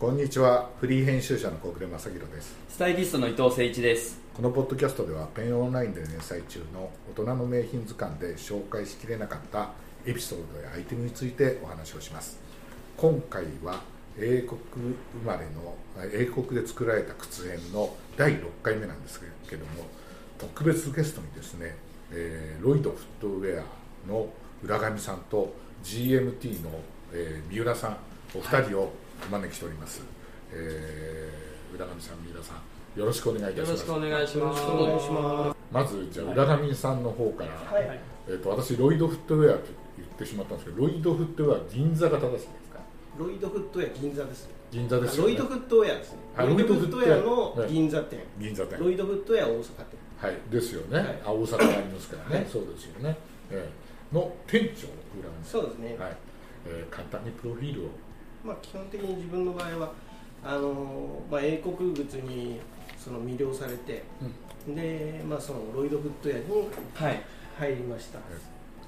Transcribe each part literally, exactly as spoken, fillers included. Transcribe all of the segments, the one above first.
こんにちは。フリー編集者の小暮正弘です。 スタイリストの伊藤誠一です。 このポッドキャストではペンオンラインで連載中の大人の名品図鑑で紹介しきれなかったエピソードやアイテムについてお話をします。今回は英国生まれの英国で作られた靴編のだいろっかいめなんですけども、特別ゲストにですね、えー、ロイドフットウェアの浦上さんと ジーエムティー の、えー、三浦さんお二人をお招きしております。えー、浦上さん、三浦さん、よろしくお願いいたします。 よろしくお願いします。お願いします。 まずじゃあ浦上さんの方から、はいはい、えー、と私ロイドフットウェアと言ってしまったんですけど、ロイドフットウェア銀座が正しいですか？ ロイドフットウェア銀座ですね。 銀座ですよね。 ロイドフットウェアですね。ロイドフットウェアの銀座店、 銀座店、 ロイドフットウェア大阪店、 はいですよね、はい、あ大阪にありますからね、はい、そうですよね、えー、の店長浦上さん、 そうですね、 はい、えー、簡単にプロフィールを。 まあ、基本的に自分の場合はあの、まあ、英国靴にその魅了されて、うん、で、まあ、そのロイドフットウェアに入りました、はい、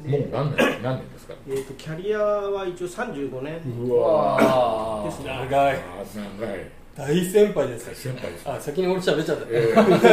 もう何年何年ですか？ えーとキャリアは一応さんじゅうごねん。 うわですね。 長い。 長い。 大先輩です。 先輩です。 あ、先に俺喋っちゃった。 え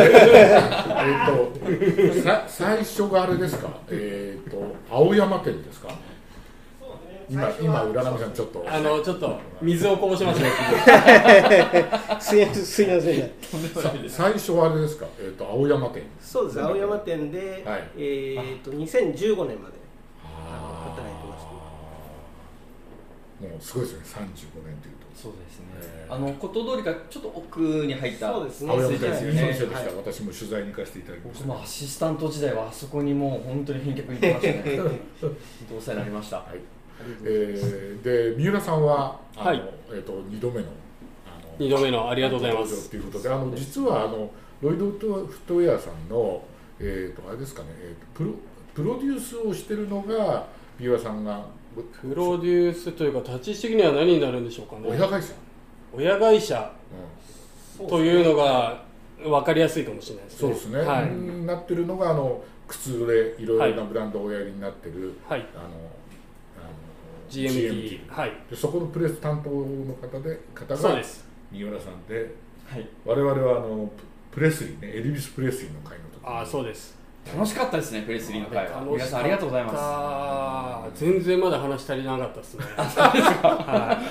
ー、えっとさ最初があれですか？えっ、ー、と青山店ですか？今今浦上さんちょっとあのちょっと水をこぼしましたね。 すいませんすいません。 最初はあれですか？えっ、ー、と青山店。 そうです。青山店で、はい、えっ、ー、とにせんじゅうごねんまで働いてました。 もうすごいですね。さんじゅうごねんというと。 そうですね。えー、あのこと通りからちょっと奥に入ったそうですね。 青山店ですよね。 はい、 私も取材に行かせていただきました。 僕もアシスタント時代はあそこにもう本当に返却に行ってましたね。お世話になりました。はい。 えー、で三浦さんはあの、 はい、 えー、とにどめのにどめのありがとうございますということで、あの実はあのロイドフットウェアさんの、えー、とあれですかね、えー、とプロプロデュースをしているのが三浦さんがプロデュースというか立ち位置的には何になるんでしょうかね。 親会社親会社、うん、というのが分かりやすいかもしれないですね。 そうですね、はい、なってるのがあの靴でいろいろなブランドをおやりになってる、はい、あのジーエムティー、はい、 でそこのプレス担当の方で方が三浦さんで、はい、我々はあのプレスリーね、エルビス・プレスリーの会の時に、 あ、そうです、 楽しかったですね、プレスリーの会は。皆さんありがとうございます。 全然まだ話足りなかったですね。 そうですか。はい。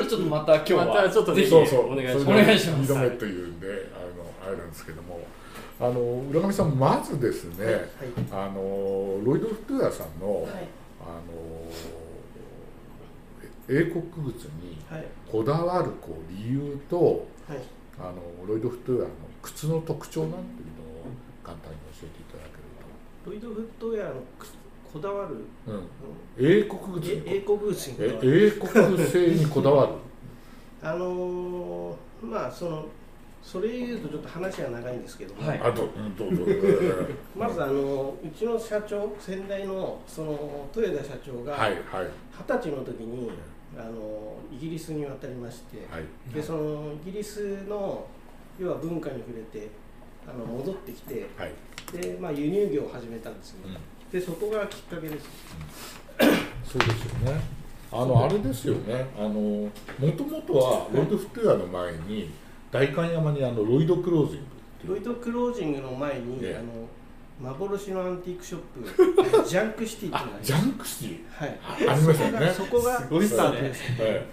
ちょっとまた今日はまたちょっとぜひそうそうお願いします。 お願いします。 にどめというんで、あのあれなんですけども、あの浦上さん、まずですね、はいはい、あのロイドフットウェアさんの、はい、あの英国靴にこだわるこう理由と、はい、あのロイドフットウェアの靴の特徴なんていうのを簡単に教えていただけると。ロイドフットウェアのこだわる、 うん、英国靴に英国靴にこだわる英国製にこだわるあのー、まあそのそれ言うとちょっと話が長いんですけども、 はい、あどどうぞまずあのうちの社長、先代のその豊田社長が二十歳の時にあのイギリスに渡りまして、はい、でそのイギリスの要は文化に触れてあの戻ってきて、はい、でまあ、輸入業を始めたんですよね、うん、でそこがきっかけです、 うん、そうですよね。あのあれですよね、あのもともとはロイドフットウェアの前に代官山にあのロイドクロージングロイドクロージングの前に、ね、あの幻のアンティークショップジャンクシティっていうのがあります。 ジャンクシティ、 はい、 ありましたよね。 そこがスタートですね、 はい、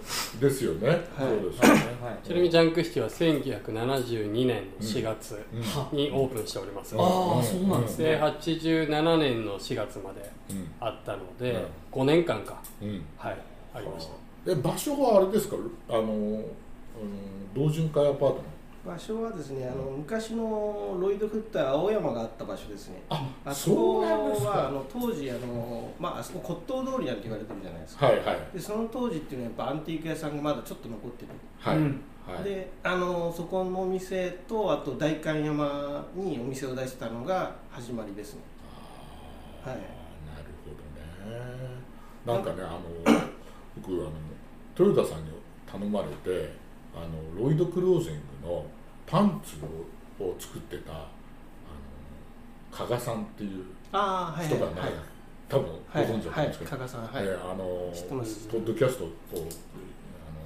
ですよね、はい、そうですよね、はい、 ちなみにジャンクシティはせんきゅうひゃくななじゅうにねんのしがつにオープンしております、 うんうん、ああ、そうなんですね。 ではちじゅうななねんのしがつまであったので、うん、ごねんかんか、うん、はい、ありました。 え場所はあれですか、あの、うん、同潤会アパートの場所はですね、あの昔のロイドフット青山があった場所ですね。 あ、 あそこはあの当時あの、まあ、あそこ骨董通りなんて言われてるじゃないですか、 はいはい、 でその当時っていうのはやっぱアンティーク屋さんがまだちょっと残ってる、 はい、うん、はい、 であのそこのお店とあと代官山にお店を出したのが始まりですね。 あ、はい、なるほどね。なんかね、あの僕あの豊田さんに頼まれてあのロイドクロージングのパンツを作ってたあの加賀さんっていう人がね、 はいはいはい、 多分ご存知だと思うんですけど、 加賀さん、はい、 えー、あの知ってます。 ポッドキャストをあの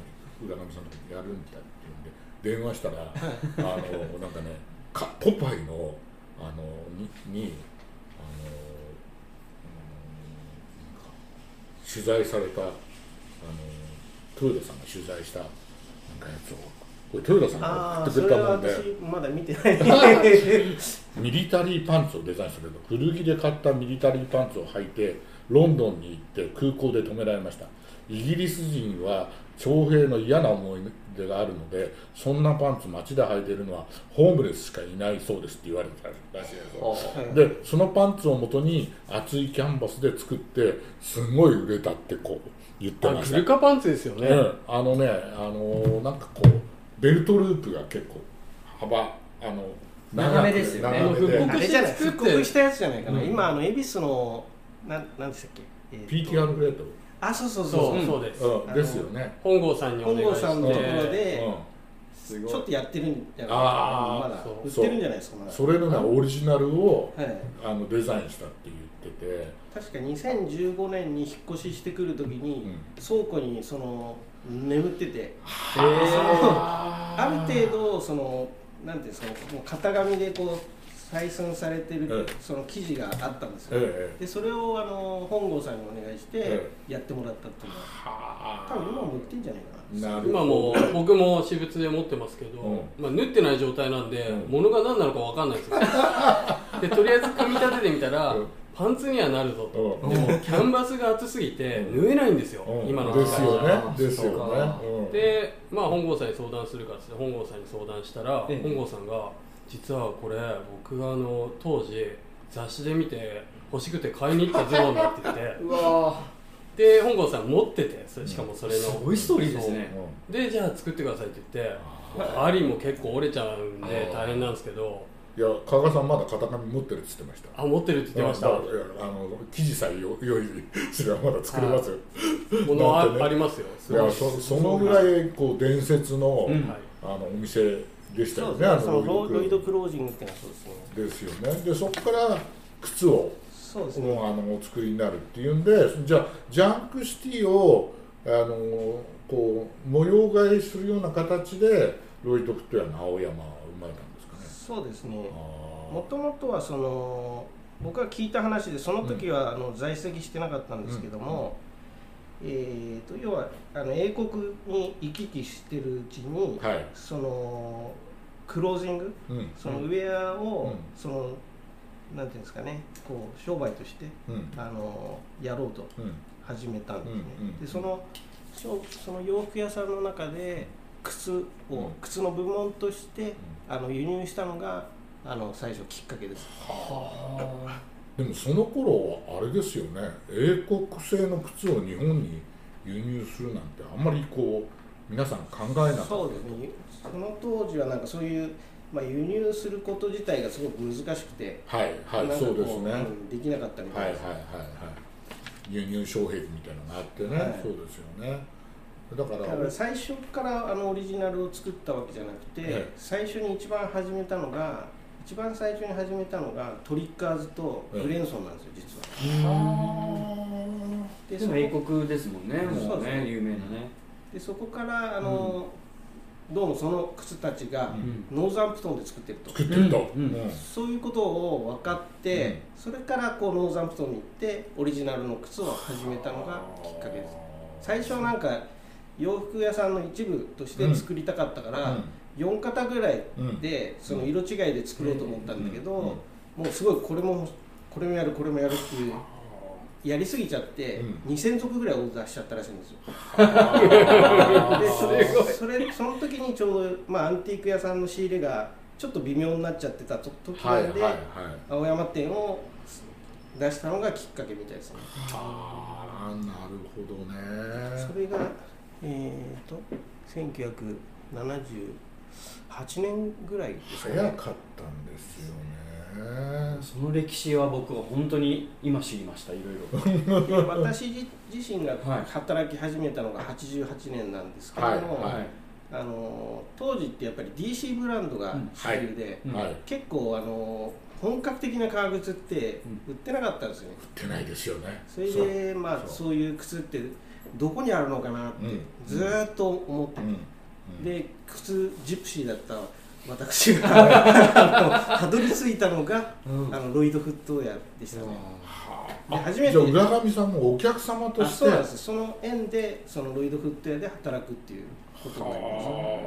浦上さんのとこにやるみたいって言うんで電話したらあのなんかねかポパイのあのににあの、うん、取材されたあの豊田さんが取材したなんかやつをこれ豊田さんが送ってくれたもんで、 それは私まだ見てないミリタリーパンツをデザインすると古着で買ったミリタリーパンツを履いてロンドンに行って空港で止められました。イギリス人は徴兵の嫌な思い出があるのでそんなパンツ街で履いているのはホームレスしかいないそうですって言われたらしいですよ。でそのパンツを元に厚いキャンバスで作ってすごい売れたってこう言ってました。 グルカパンツですよね、 うん、あのねあのなんかこうベルトループが結構幅あの長めですよね。 あれじゃない復刻したやつじゃないかな、うん、今あの恵比寿のななんでしたっけ、えー、 ピーティーアール グレートあそうそうそうそう、うん、そうです、 うん、ですよね。 本郷さんにお願いして本郷さんのところで、 うん、 ちょっとやってるんじゃないかな、まだ売ってるんじゃないですか。 それのねオリジナルを、はい、あのデザインしたって言ってて確かにせんじゅうごねんに引っ越ししてくるときに、うん、倉庫にその眠ってて、そのある程度そのなんていうんですか、もう型紙でこう採寸されてる、ええ、その生地があったんですよ、ええ、でそれをあの本郷さんにお願いしてやってもらったっていうのは、多分今も売ってんじゃないかな。 な今も僕も私物で持ってますけど、うん、まあ、縫ってない状態なんで、うん、物が何なのか分かんないですよでとりあえず組み立ててみたら、うん、パンツにはなるぞと、うん、でもキャンバスが厚すぎて縫えないんですよ、うん、今のですよねですよね、 うん、で、まあ、本郷さんに相談するかって本郷さんに相談したら、うん、本郷さんが実はこれ僕があの当時雑誌で見て欲しくて買いに行ったズボンだって言ってうわで本郷さん持ってて、それしかもそれの、うん、 すごいストーリーですね。 でじゃあ作ってくださいって言って針も結構折れちゃうんで大変なんですけど、 いや加賀さんまだ型紙持ってるって言ってました。 あ、持ってるって言ってました。あの生地さえ用意すればまだ作れますよ。 ものは、ね、ありますよ。 いや そ, そのぐらいこう伝説の、うん、あのお店でしたよね。 あのロイドクロージングってのはそうですね。 ですよね。でそこから靴をそうですね、 あのお作りになるっていうんで、じゃあジャンクシティをあのこう模様替えするような形でロイドクトや青山は生まれたんですかね。 そうですね。もともとはその僕が聞いた話で、その時はあの在籍してなかったんですけども、うんうん、えー、と要はあの英国に行き来してるうちに、はい、そのクロージング、うん、そのウェアを、うん、そのなんていうんですかね、こう商売として、うん、あのやろうと始めたんですね。うんうん、でそのその洋服屋さんの中で靴を、うん、靴の部門として、うん、あの輸入したのがあの最初きっかけです。 はあ、でもその頃はあれですよね、英国製の靴を日本に輸入するなんてあんまりこう皆さん考えなかった。 そうですね。その当時はなんかそういうまあ、輸入すること自体がすごく難しくて、 はいはい、そうですね、 できなかったみたいです。 はいはいはいはい、輸入障壁みたいなのがあってね、はい、そうですよね。だから、だから最初からあのオリジナルを作ったわけじゃなくて、はい、最初に一番始めたのが一番最初に始めたのがトリッカーズとブレンソンなんですよ、実は。 はででも英国ですもんね、もうね、有名なね。 でそこからあの、うんどうもその靴たちがノーザンプトンで作ってると、 作ってると、 うんうん、そういうことを分かって、うん、それからこうノーザンプトンに行ってオリジナルの靴を始めたのがきっかけです。最初はなんか洋服屋さんの一部として作りたかったから、うん、よん型ぐらいでその色違いで作ろうと思ったんだけど、もうすごいこれもこれもやるこれもやるっていうやりすぎちゃって、うん、にせんぞくぐらいオーダーしちゃったらしいんですよ。で そ, それその時にちょうど、まあ、アンティーク屋さんの仕入れがちょっと微妙になっちゃってた時なんで、はいはいはい、青山店を出したのがきっかけみたいですね。 ああ、なるほどね。 それが、えー、とせんきゅうひゃくななじゅうはちねんぐらいですね。 早かったんですよね。 その歴史は僕は本当に今知りました。いろいろ私自身が働き始めたのがはちじゅうはちねんなんですけども、はいはい、あの当時ってやっぱり ディーシー ブランドが主流で、うんはい、結構あの本格的な革靴って売ってなかったんですよね。 売ってないですよね。 それでまあそういう靴ってどこにあるのかなってずーっと思ってて、 うんうん、で靴ジプシーだった私があのたどり着いたのが、うん、あのロイドフットウェアでしたね。 で初めてじゃあ浦上さんもお客様としてそうなんです。その縁でそのロイドフットウェアで働くっていうことになります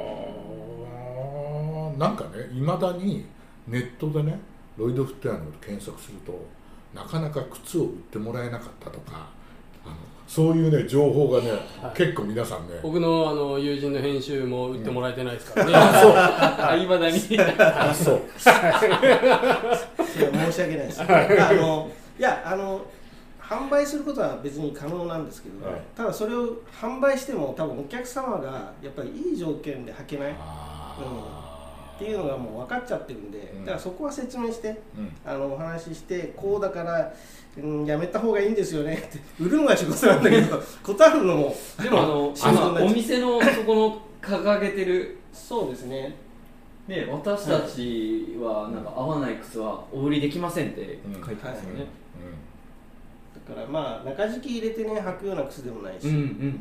ね。なんかね、いまだにネットでねロイドフットウェアのこと検索するとなかなか靴を売ってもらえなかったとか、あのそういうね情報がね、はい、結構皆さんね、 僕のあの友人の編集も売ってもらえてないですからね、 うん、いまだにあそうそれは申し訳ないです。あのいやあの販売することは別に可能なんですけど、はい、ただそれを販売しても多分お客様がやっぱりいい条件で履けない、うん、っていうのがもう分かっちゃってるんで、うん、だからそこは説明して、うん、あのお話ししてこうだから、うん、やめた方がいいんですよねって売るのが仕事なんだけど断るのもでもあの今お店のそこの掲げてるそうですねね、私たちはなんか合わない靴はお売りできませんって書いてますよね、 だからまあ中敷き入れてね履くような靴でもないし、うんうんうんうん、あなるほどね。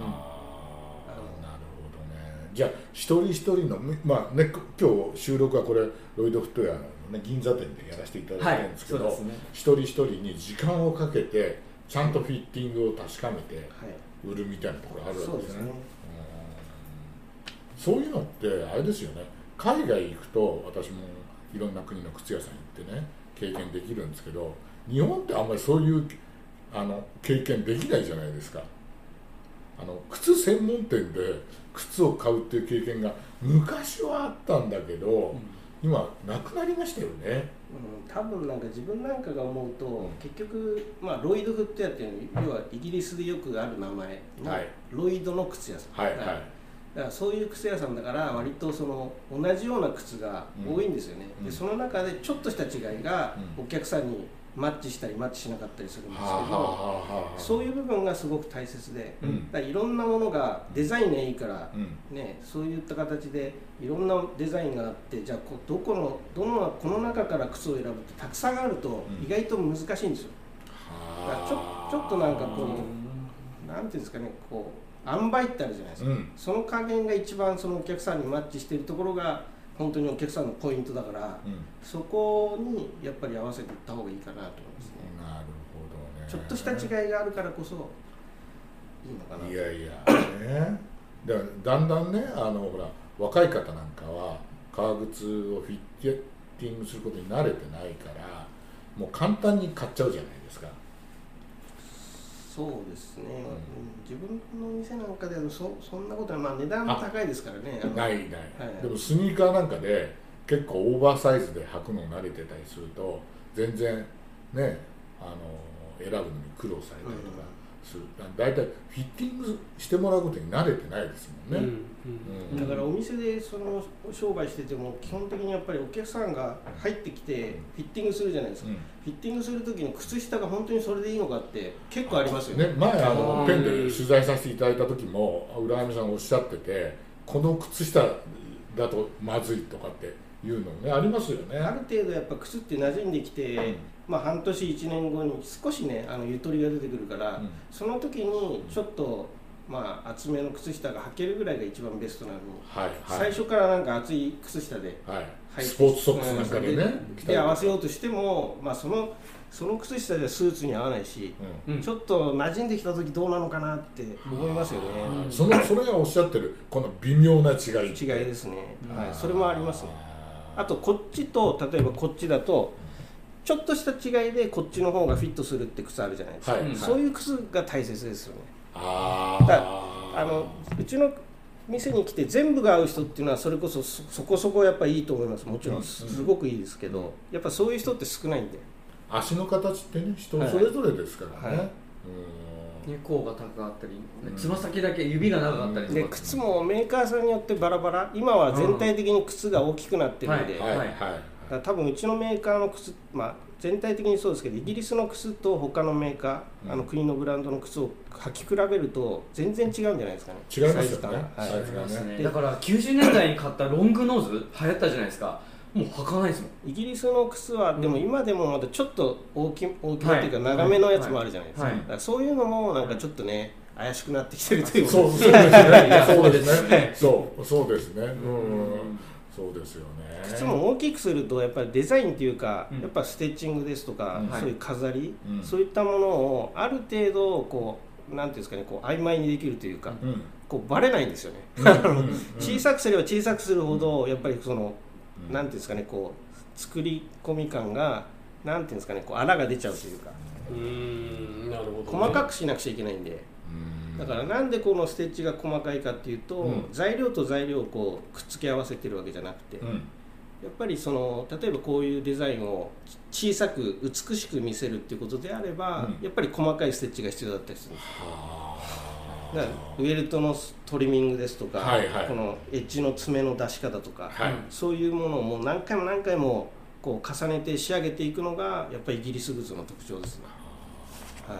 じゃあ一人一人のまあね今日収録はこれロイドフットウェアのね銀座店でやらせていただいてるんですけど、はいね、一人一人に時間をかけてちゃんとフィッティングを確かめて売るみたいなところあるわけですね。はい、そうですね。そういうのってあれですよね。海外行くと私もいろんな国の靴屋さん行ってね経験できるんですけど、日本ってあんまりそういうあの経験できないじゃないですか。あの靴専門店で靴を買うっていう経験が昔はあったんだけど、うん、今なくなりましたよね。 うん、多分なんか自分なんかが思うと、うん、結局、まあ、ロイドフットウェアっていうのは要はイギリスでよくある名前の、はい、ロイドの靴屋さん、はいはい、だからそういう靴屋さんだから割とその同じような靴が多いんですよね、うん、でその中でちょっとした違いがお客さんにマッチしたりマッチしなかったりするんですけど、そういう部分がすごく大切で、うん、だからいろんなものがデザインがいいから、うんね、そういった形でいろんなデザインがあって、じゃあどこのどのこの中から靴を選ぶってたくさんあると意外と難しいんですよ、うん、だからちょ、ちょっとなんかこうなんていうんですかね、こう塩梅ってあるじゃないですか、うん、その加減が一番そのお客さんにマッチしているところが本当にお客さんのポイントだから、うん、そこにやっぱり合わせていった方がいいかなと思いますね。 なるほどね。 ちょっとした違いがあるからこそいいのかな。 いやいやね。だからだんだんね、あのほら若い方なんかは革靴をフィッティングすることに慣れてないからもう簡単に買っちゃうじゃないですか。 そうですね、うん、自分の店なんかでは そ, そんなことは、まあ、値段も高いですからね。 ないない、はい、でもスニーカーなんかで結構オーバーサイズで履くの慣れてたりすると全然ね、あの選ぶのに苦労されたりとかする、うん、だいたいフィッティングしてもらうことに慣れてないですもんね、 うんうん、だからお店でその商売してても基本的にやっぱりお客さんが入ってきてフィッティングするじゃないですか、うん、フィッティングするときに靴下が本当にそれでいいのかって結構ありますよね。 ね、前あのペンで取材させていただいた時も浦上さんがおっしゃってて、この靴下だとまずいとかっていうのねありますよね。 ある程度やっぱ靴って馴染んできて、うん、まあ、半年いちねんごに少しねあのゆとりが出てくるから、うん、その時にちょっと、まあ、厚めの靴下が履けるぐらいが一番ベストなのに、はいはい、最初からなんか厚い靴下で履いて、 はい、スポーツソックスなんかでねで合わせようとしても、まあ、そのその靴下ではスーツに合わないし、うん、ちょっと馴染んできた時どうなのかなって思いますよね。 そのそれがおっしゃってるこの微妙な違い違いですね、はい、それもありますね。あとこっちと例えばこっちだとちょっとした違いでこっちの方がフィットするって靴あるじゃないですか、はい、そういう靴が大切ですよね。ああのうちの店に来て全部が合う人っていうのはそれこそ そ, そこそこやっぱいいと思います。もちろんすごくいいですけど、うん、やっぱそういう人って少ないんで。 足の形ってね人それぞれですからね、はい、 うん、甲が高かったり、つま先だけ指が長かったりとか、 で靴もメーカーさんによってバラバラ、今は全体的に靴が大きくなってるんで、はいはいはい、だ多分うちのメーカーの靴、まあ、全体的にそうですけどイギリスの靴と他のメーカー、うん、あの国のブランドの靴を履き比べると全然違うんじゃないですかね。 違いますよね、 はい、サイズがね。だからきゅうじゅうねんだいに買ったロングノーズ流行ったじゃないですか。もう履かないですもん。 イギリスの靴はでも今でもまだちょっと大き大きめっていうか長めのやつもあるじゃないですか、はいはいはい、だからそういうのもなんかちょっとね怪しくなってきてるというそうそうですねそうですねそうそうですね、うん、そうですよね。 靴も大きくするとやっぱりデザインというか、うん、やっぱステッチングですとか、うん、そういう飾り、はい、そういったものをある程度こうなんていうんですかね、こう曖昧にできるというか、うん、こうバレないんですよね、うん、小さくすれば小さくするほどやっぱりその、うん、なんていうんですかね、こう作り込み感がなんていうんですかね、こう粗が出ちゃうというか、うーん、なるほどね、細かくしなくちゃいけないんで、だからなんでこのステッチが細かいかっていうと、うん、材料と材料をこうくっつけ合わせてるわけじゃなくて、うん、やっぱりその例えばこういうデザインを小さく美しく見せるっていうことであれば、うん、やっぱり細かいステッチが必要だったりするんですよ。だからウェルトのトリミングですとか、はいはい、このエッジの爪の出し方とか、はい、そういうものをもう何回も何回もこう重ねて仕上げていくのがやっぱりイギリス靴の特徴ですね。はい、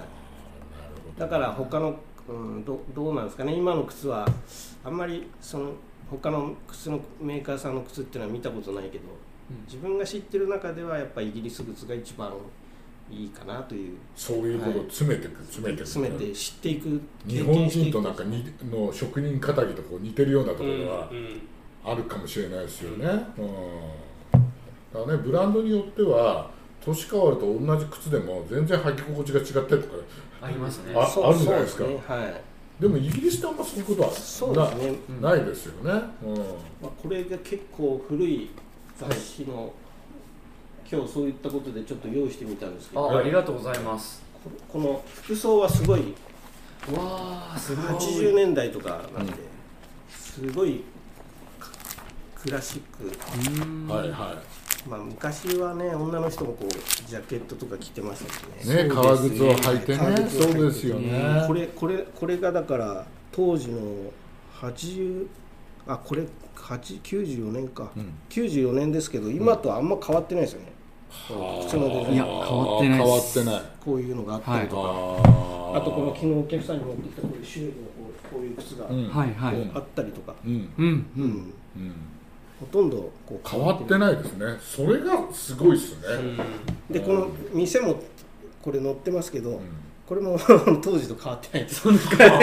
だから他のうん、ど, どうなんですかね、今の靴はあんまりその他の靴のメーカーさんの靴っていうのは見たことないけど、うん、自分が知ってる中ではやっぱりイギリス靴が一番いいかなという、 そういうことを詰めていく、はい、詰めていく、 詰めて知っていく、 日本人となんかにの職人かたぎとこう似てるようなところはあるかもしれないですよね、うんうん、だからね、ブランドによっては年変わると同じ靴でも全然履き心地が違ったりとかありますね。 あ, あるじゃないですか。 そうですね、はい、 でもイギリスってあんまそういうことはそうですね、 な, ないですよね、うん、まあ、 これが結構古い雑誌の、はい、今日そういったことでちょっと用意してみたんですけど、 あ, ありがとうございます。 こ, この服装はすごい、 わー、すごいはちじゅうねんだいとかなんで、うん、すごいクラシック、 うん、はいはい、 まあ、昔はね、女の人もこうジャケットとか着てましたけどね、 ね、革靴を履いてね、そうですよね。 これこれこれがだから当時のはちじゅう、あ、これきゅうじゅうよねんか、うん、きゅうじゅうよねんですけど、今とあんま変わってないですよね、 うん、 靴のデザイン。 いや、変わってないです。 変わってない。 こういうのがあったりとか、はい、あとこの昨日お客さんに持ってきたこういうシューズのこう、こういう靴が、うん、あったりとか、うんうんうん、うん、ほとんどこう変わってないですね。それがすごいですね、 うん、でこの店もこれ載ってますけど、うん、これも当時と変わってないです。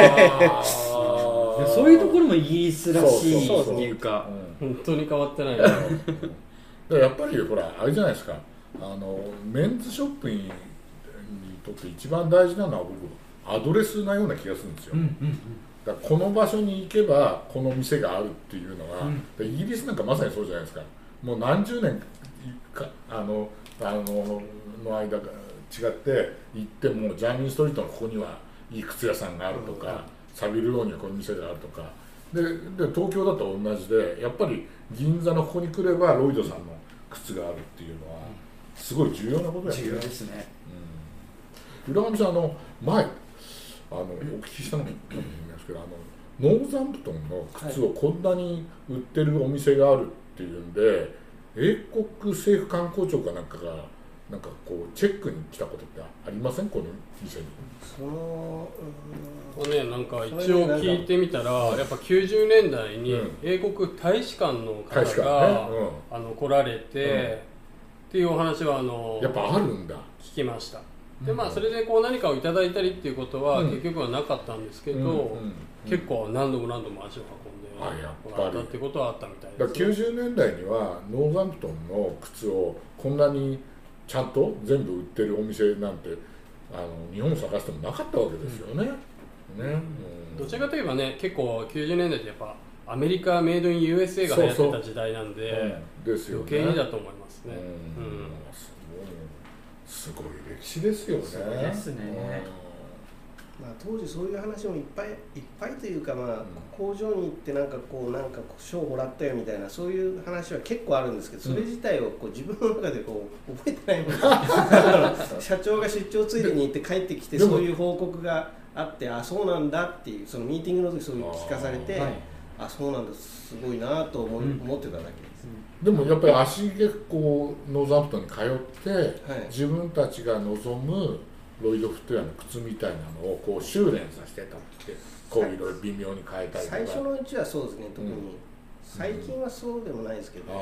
そういうところもイギリスらしいっていうか、 本当に変わってないねやっぱりほらあれじゃないですか、あのメンズショップににとって一番大事なのは僕アドレスなような気がするんですよ、うんうんうん、だからこの場所に行けばこの店があるっていうのは、うん、イギリスなんかまさにそうじゃないですか。もう何十年かあのあのの間が違って行ってもジャーミンストリートのここにはいい靴屋さんがあるとか、うん、サビルローにはこの店があるとか で, で東京だと同じで、やっぱり銀座のここに来ればロイドさんの靴があるっていうのはすごい重要なことですね。 重要ですね、 うん、浦上さん、あの前あのお聞きしたのかもしれないですけど、あのノーザンプトンの靴をこんなに売ってるお店があるっていうんで、はい、英国政府観光庁かなんかがなんかこうチェックに来たことってありません？この店に。 そのこれね、なんか一応聞いてみたら、やっぱきゅうじゅうねんだいに英国大使館の方が、ね、うん、あの来られて、うん、っていうお話はあのやっぱあるんだ。 聞きました。で、まあそれでこう何かをいただいたりっていうことは結局はなかったんですけど、うんうんうん、結構何度も何度も足を運んでもらったっていうことはあったみたいです、ね。 だからきゅうじゅうねんだいにはノーザンプトンの靴をこんなにちゃんと全部売ってるお店なんてあの日本を探してもなかったわけですよね。うんね、 うん、どちらかといえばね、結構きゅうじゅうねんだいってやっぱアメリカメイドイン ユーエスエー が流行ってた時代なんで、 そうそう、うん、ですよね、 余計にだと思いますね。うん、うん、 すごい歴史ですよね。 そうですね、 まあ、当時そういう話もいっぱいいっぱいというか、まあ、工場に行ってなんかこうなんか賞をもらったよみたいなそういう話は結構あるんですけど、それ自体をこう自分の中でこう覚えてないもので社長が出張ついでに行って帰ってきてそういう報告があって、あ、そうなんだっていう、そのミーティングの時そういう聞かされて、あ、はい、あ、そうなんだ、すごいなと 思,、うん、思ってただけです。 でもやっぱり足げこうノーザンプトンに通って、はい、自分たちが望むロイドフットウェアの靴みたいなのをこう修練させてたって、こういろいろ微妙に変えたりとか。 最初のうちはそうですね、特に、うん、最近はそうでもないですけど、ね、 うん、あ、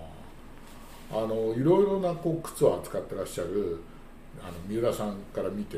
はい、 あのいろいろなこう靴を扱ってらっしゃるあの三浦さんから見て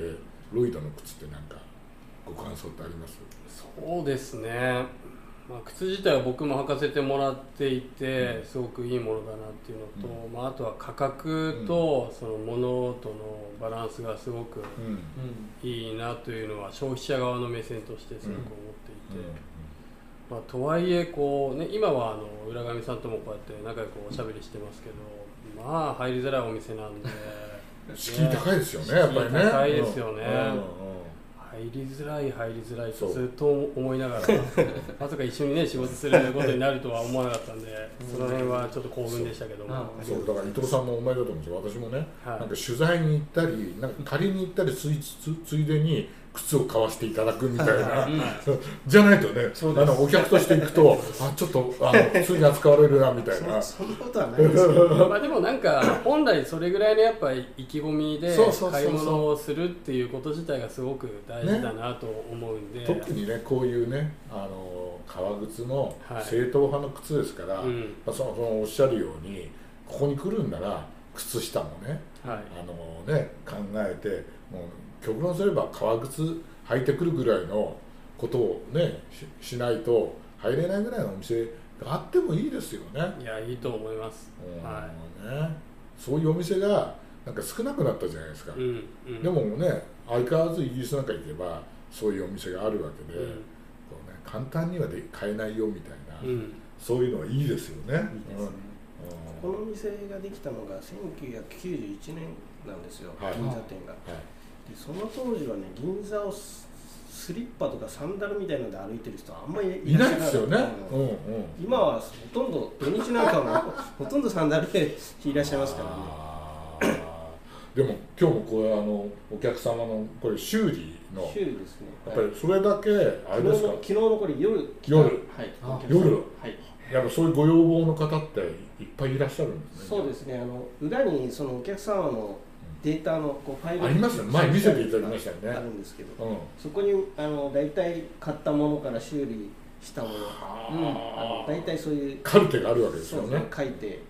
ロイドの靴って何かご感想ってあります？ そうですね、まあ、靴自体は僕も履かせてもらっていて、うん、すごくいいものだなっていうのと、うんまあ、あとは価格とその物とのバランスがすごくいいなというのは消費者側の目線としてすごく思っていて、まあ、とはいえこう、ね、今はあの浦上さんともこうやって仲良くおしゃべりしてますけど、まあ入りづらいお店なんで敷居高いですよね、やっぱりね。 高いですよね、 うんうんうん、 入りづらい入りづらいとずっと思いながらまさか一緒にね仕事することになるとは思わなかったんで、その辺はちょっと興奮でしたけども、 そう、そうだから伊藤さんもお前だと思うんですよ。私もね、はい、なんか取材に行ったりなんか借りに行ったりついつついでに靴を買わせていただくみたいな、うん、じゃないとね、あのお客として行くとあちょっとあの普通に扱われるなみたいなそんなことはないですよまあでもなんか本来それぐらいのやっぱり意気込みで買い物をするっていうこと自体がすごく大事だなと思うんで、ね、 特にねこういうねあの革靴も正統派の靴ですから、はいうんまあ、そのそのおっしゃるようにここに来るんなら靴下もね、はい、あのね考えてもう極論すれば革靴履いてくるぐらいのことをね し, しないと入れないぐらいのお店があってもいいですよね。 いやいいと思います、 うんはいね、そういうお店がなんか少なくなったじゃないですか、うんうん、でもね相変わらずイギリスなんか行けばそういうお店があるわけで、うんこうね、簡単にはで買えないよみたいな、うん、そういうのはいいですよね。いいですね、 うん、この店ができたのがせんきゅうひゃくきゅうじゅういちねんなんですよ、はい、銀座店が、はいでその当時はね銀座をスリッパとかサンダルみたいなので歩いてる人はあんまりいないですよね、うんうん、 今はほとんど土日なんかもほとんどサンダルでいらっしゃいますからね。 でも今日もこれあのお客様のこれ修理の修理ですね。 やっぱりそれだけあれですか、 昨日のこれ夜夜、 はい、 夜、 はい、 やっぱそういうご要望の方っていっぱいいらっしゃるんですね。 そうですね、あの裏にそのお客様のデータのこうファイルありますよね、前見せていただきましたよね。 あるんですけど、うん、そこにあの大体買ったものから修理したもの、うん、あの大体そういうカルテがあるわけですよね。 書いて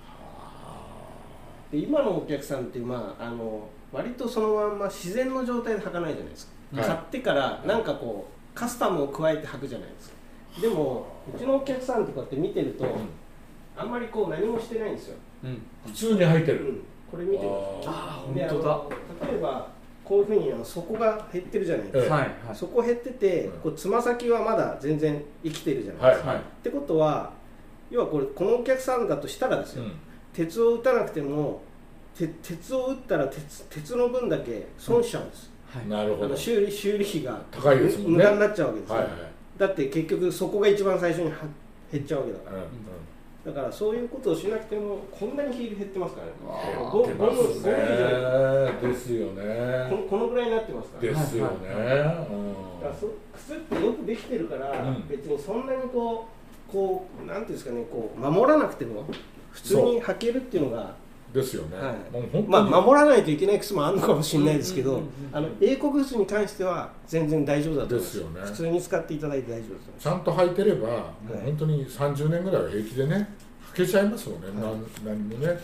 で今のお客さんって、まあ、あの割とそのまんま自然の状態で履かないじゃないですか、はい、買ってからなんかこうカスタムを加えて履くじゃないですか。でもうちのお客さんとかって見てると、うん、あんまりこう何もしてないんですよ、うん、 普通に履いてる、 うんこれ見てください。 ああ、本当だ。 例えばこういうふうにあの底が減ってるじゃないですか、はいはい、底減っててこうつま先はまだ全然生きてるじゃないですか、はいはい、ってことは要はこれこのお客さんだとしたらですよ、うん、鉄を打たなくてもて鉄を打ったら 鉄, 鉄の分だけ損しちゃうんです、 うんはい、なるほど。 あの修理修理費が高いですもんね、 無駄になっちゃうわけですよ、はいはい、だって結局そこが一番最初に減っちゃうわけだから、うんうんだからそういうことをしなくてもこんなにヒール減ってますからね。 減ってますね。ですよね。 この、このぐらいになってますから。 ですよね。はいはいうん、だからそ靴ってよくできてるから、うん、別にそんなにこうこうなんていうんですかねこう守らなくても普通に履けるっていうのが。 ですよね。はい、 もう本当にまあ守らないといけない靴もあるのかもしれないですけど、あの英国靴に関しては全然大丈夫だと思います。ですよね。普通に使っていただいて大丈夫だと思います。 ちゃんと履いてれば、もう本当にさんじゅうねんぐらいは平気でね、履けちゃいますもんね。はい、何, 何もね、はい。うん。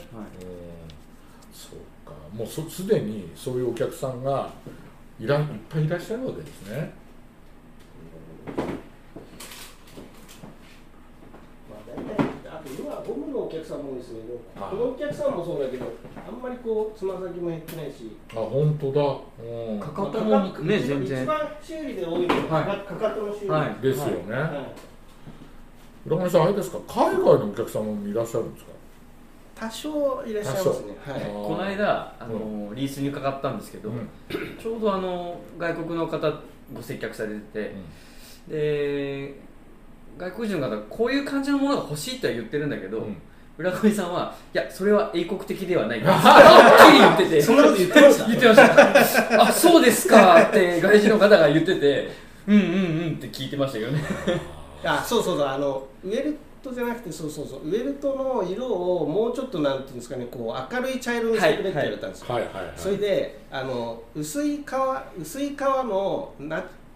そうか。もうそすでにそういうお客さんがいらいっぱいいらっしゃるわけですね。 ゴムのお客さんも多いですね。このお客さんもそうだけど、あんまりこうつま先も減ってないし。 あ、本当だ。 うん、かかともね全然。 一番修理で多いのは、はい、かかとの修理、 はい、ですよね。はい、浦上さんあれですか、海外のお客様もいらっしゃるんですか。 多少いらっしゃいますね。はい、 この間あの、うん、リースに伺ったんですけど、うん、ちょうどあの外国の方ご接客されてて、うん、で。外国人の方がこういう感じのものが欲しいとは言ってるんだけど、うん、浦上さんはいやそれは英国的ではないってはっきり言っててそんなこと言ってました言ってましたあそうですかって外人の方が言っててうんうんうんって聞いてましたけどねあそうそうそうあのウェルトじゃなくてそうそうそうウェルトの色をもうちょっとなんていうんですかねこう明るい茶色にしてくれって言われたんですよ、はいはいはいはい、それであの薄い革薄い革のな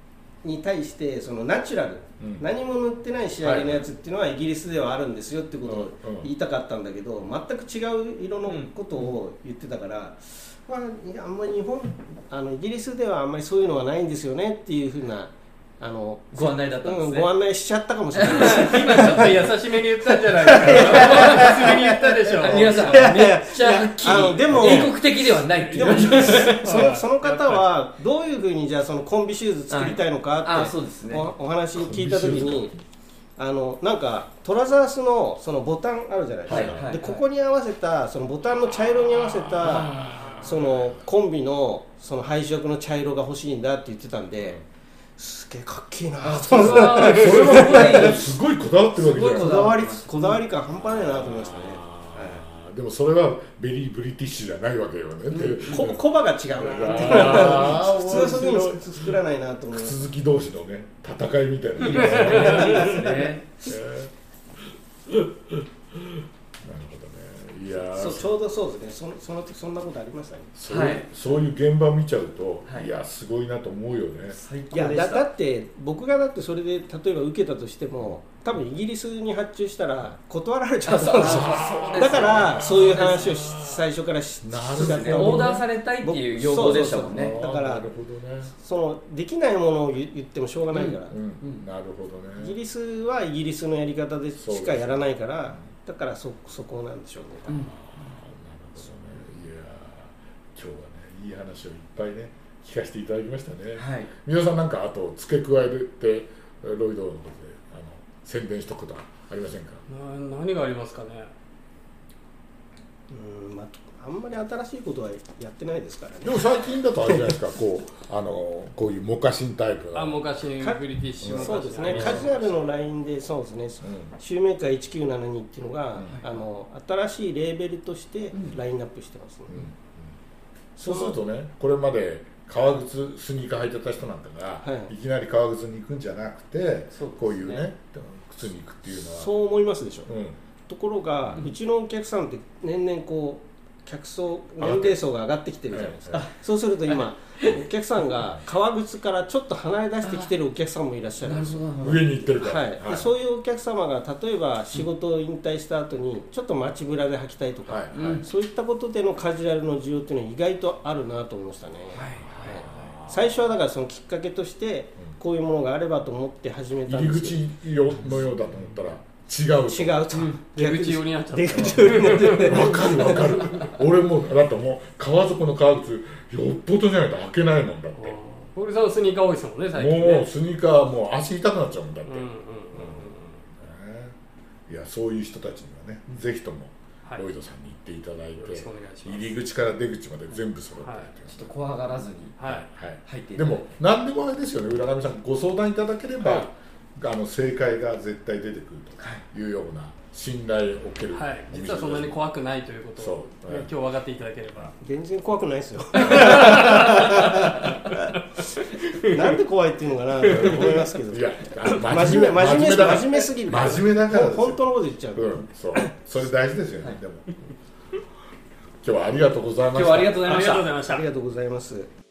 に対してそのナチュラル、うん、何も塗ってない仕上げのやつっていうのはイギリスではあるんですよってことを言いたかったんだけど、全く違う色のことを言ってたから、まあ、あんまり日本あのイギリスではあんまりそういうのはないんですよねっていうふうなあのご案内だったんですね、 うん、ご案内しちゃったかもしれないです今ちょっと優しめに言ったんじゃないですか優しめに言ったでしょ皆さんめっちゃはっきりでも英国的ではないっていうその、その方はどういうふうにじゃあそのコンビシューズ作りたいのかって、 あそうですね、 お, お話聞いたときにあのなんかトラザースのそのボタンあるじゃないですか、はいはいはい、でここに合わせたそのボタンの茶色に合わせたそのコンビのその配色の茶色が欲しいんだって言ってたんで、すげえかっけえなとそれはすごいこだわってるわけじゃないこだわりこだわり感半端ないなと思いましたね。 でもそれはベリーブリティッシュじゃないわけよね、 うん、こ小刃が違うな普通はそういうの作らないなと思います。 靴好き同士のね戦いみたいな。いいですね。なるほどね。いやそうちょうどそうですね。そその時そんなことありましたね。 そう、はい、そういう現場見ちゃうと、はい、いやすごいなと思うよね。 最高でした。いや だ, だって僕がだってそれで例えば受けたとしても多分イギリスに発注したら断られちゃうんですよ。だからそういう話を最初からしなるほどね。オーダーされたいっていう要望でしたもんね。 だからそのできないものを言ってもしょうがないから、うんうんうん、なるほどね。 イギリスはイギリスのやり方でしかやらないから、だから そ, そこなんでしょうね。うん、あなるほどね。いや今日はねいい話をいっぱいね聞かせていただきましたね。はい、皆さんなんかあと付け加えてロイドのことで宣伝しとくことはありませんか？ な何がありますかね。 うん、まあ、あんまり新しいことはやってないですからね。 でも最近だとあれじゃないですかこうあのこういうモカシンタイプのあモカシンブリティッシュ、 うん、そうですね。カジュアルのラインでそうですね、うん、シューメーカーいちきゅうななにっていうのが、うん、あの新しいレーベルとしてラインナップしてますね。うんうん、 そうするとねこれまで革靴スニーカー履いてた人なんかが、はい、いきなり革靴に行くんじゃなくて、ね、こういうね靴に行くっていうのはそう思いますでしょ、うん、ところが、うん、うちのお客さんって年々こう客層年齢層が上がってきてるじゃないですか、はい、そうすると今お客さんが革靴からちょっと離れ出してきてるお客さんもいらっしゃるんですよ。 上に行ってるから、 はいはい、でそういうお客様が例えば仕事を引退した後にちょっと街ブラで履きたいとか、はいはい、そういったことでのカジュアルの需要っていうのは意外とあるなと思いましたね。はいはい、最初はだからそのきっかけとしてこういうものがあればと思って始めたんですけど、 入り口のようだと思ったら違う違うと、うん、 出口寄りになっちゃった。 出口寄りになっちゃった分かる分かる俺もだってもう革底の革靴よっぽどじゃないと履けないもんだって。 堀さんはスニーカー多いですもんね最近ね。 もうスニーカーもう足痛くなっちゃうんだって、うんうんうんうん、いやそういう人たちにはね、うん、ぜひともロイドさんに行っていただいて、はい、入り口から出口まで全部揃って、はい、 ちょっと怖がらずに、はいはい、入っていただいて。 でも何でもあれですよね、浦上さんご相談いただければ、はい、あの正解が絶対出てくるというような信頼を受ける、はい、 実はそんなに怖くないということを、はい、今日分かっていただければ。 全然怖くないですよなんで怖いっていうのかなと思いますけど。いや真面目真面目真面目すぎる。 真面目だから本当のこと言っちゃう、 うん、そうそれ大事ですよね、はい、でも今日はありがとうございました。 今日はありがとうございました。 ありがとうございます。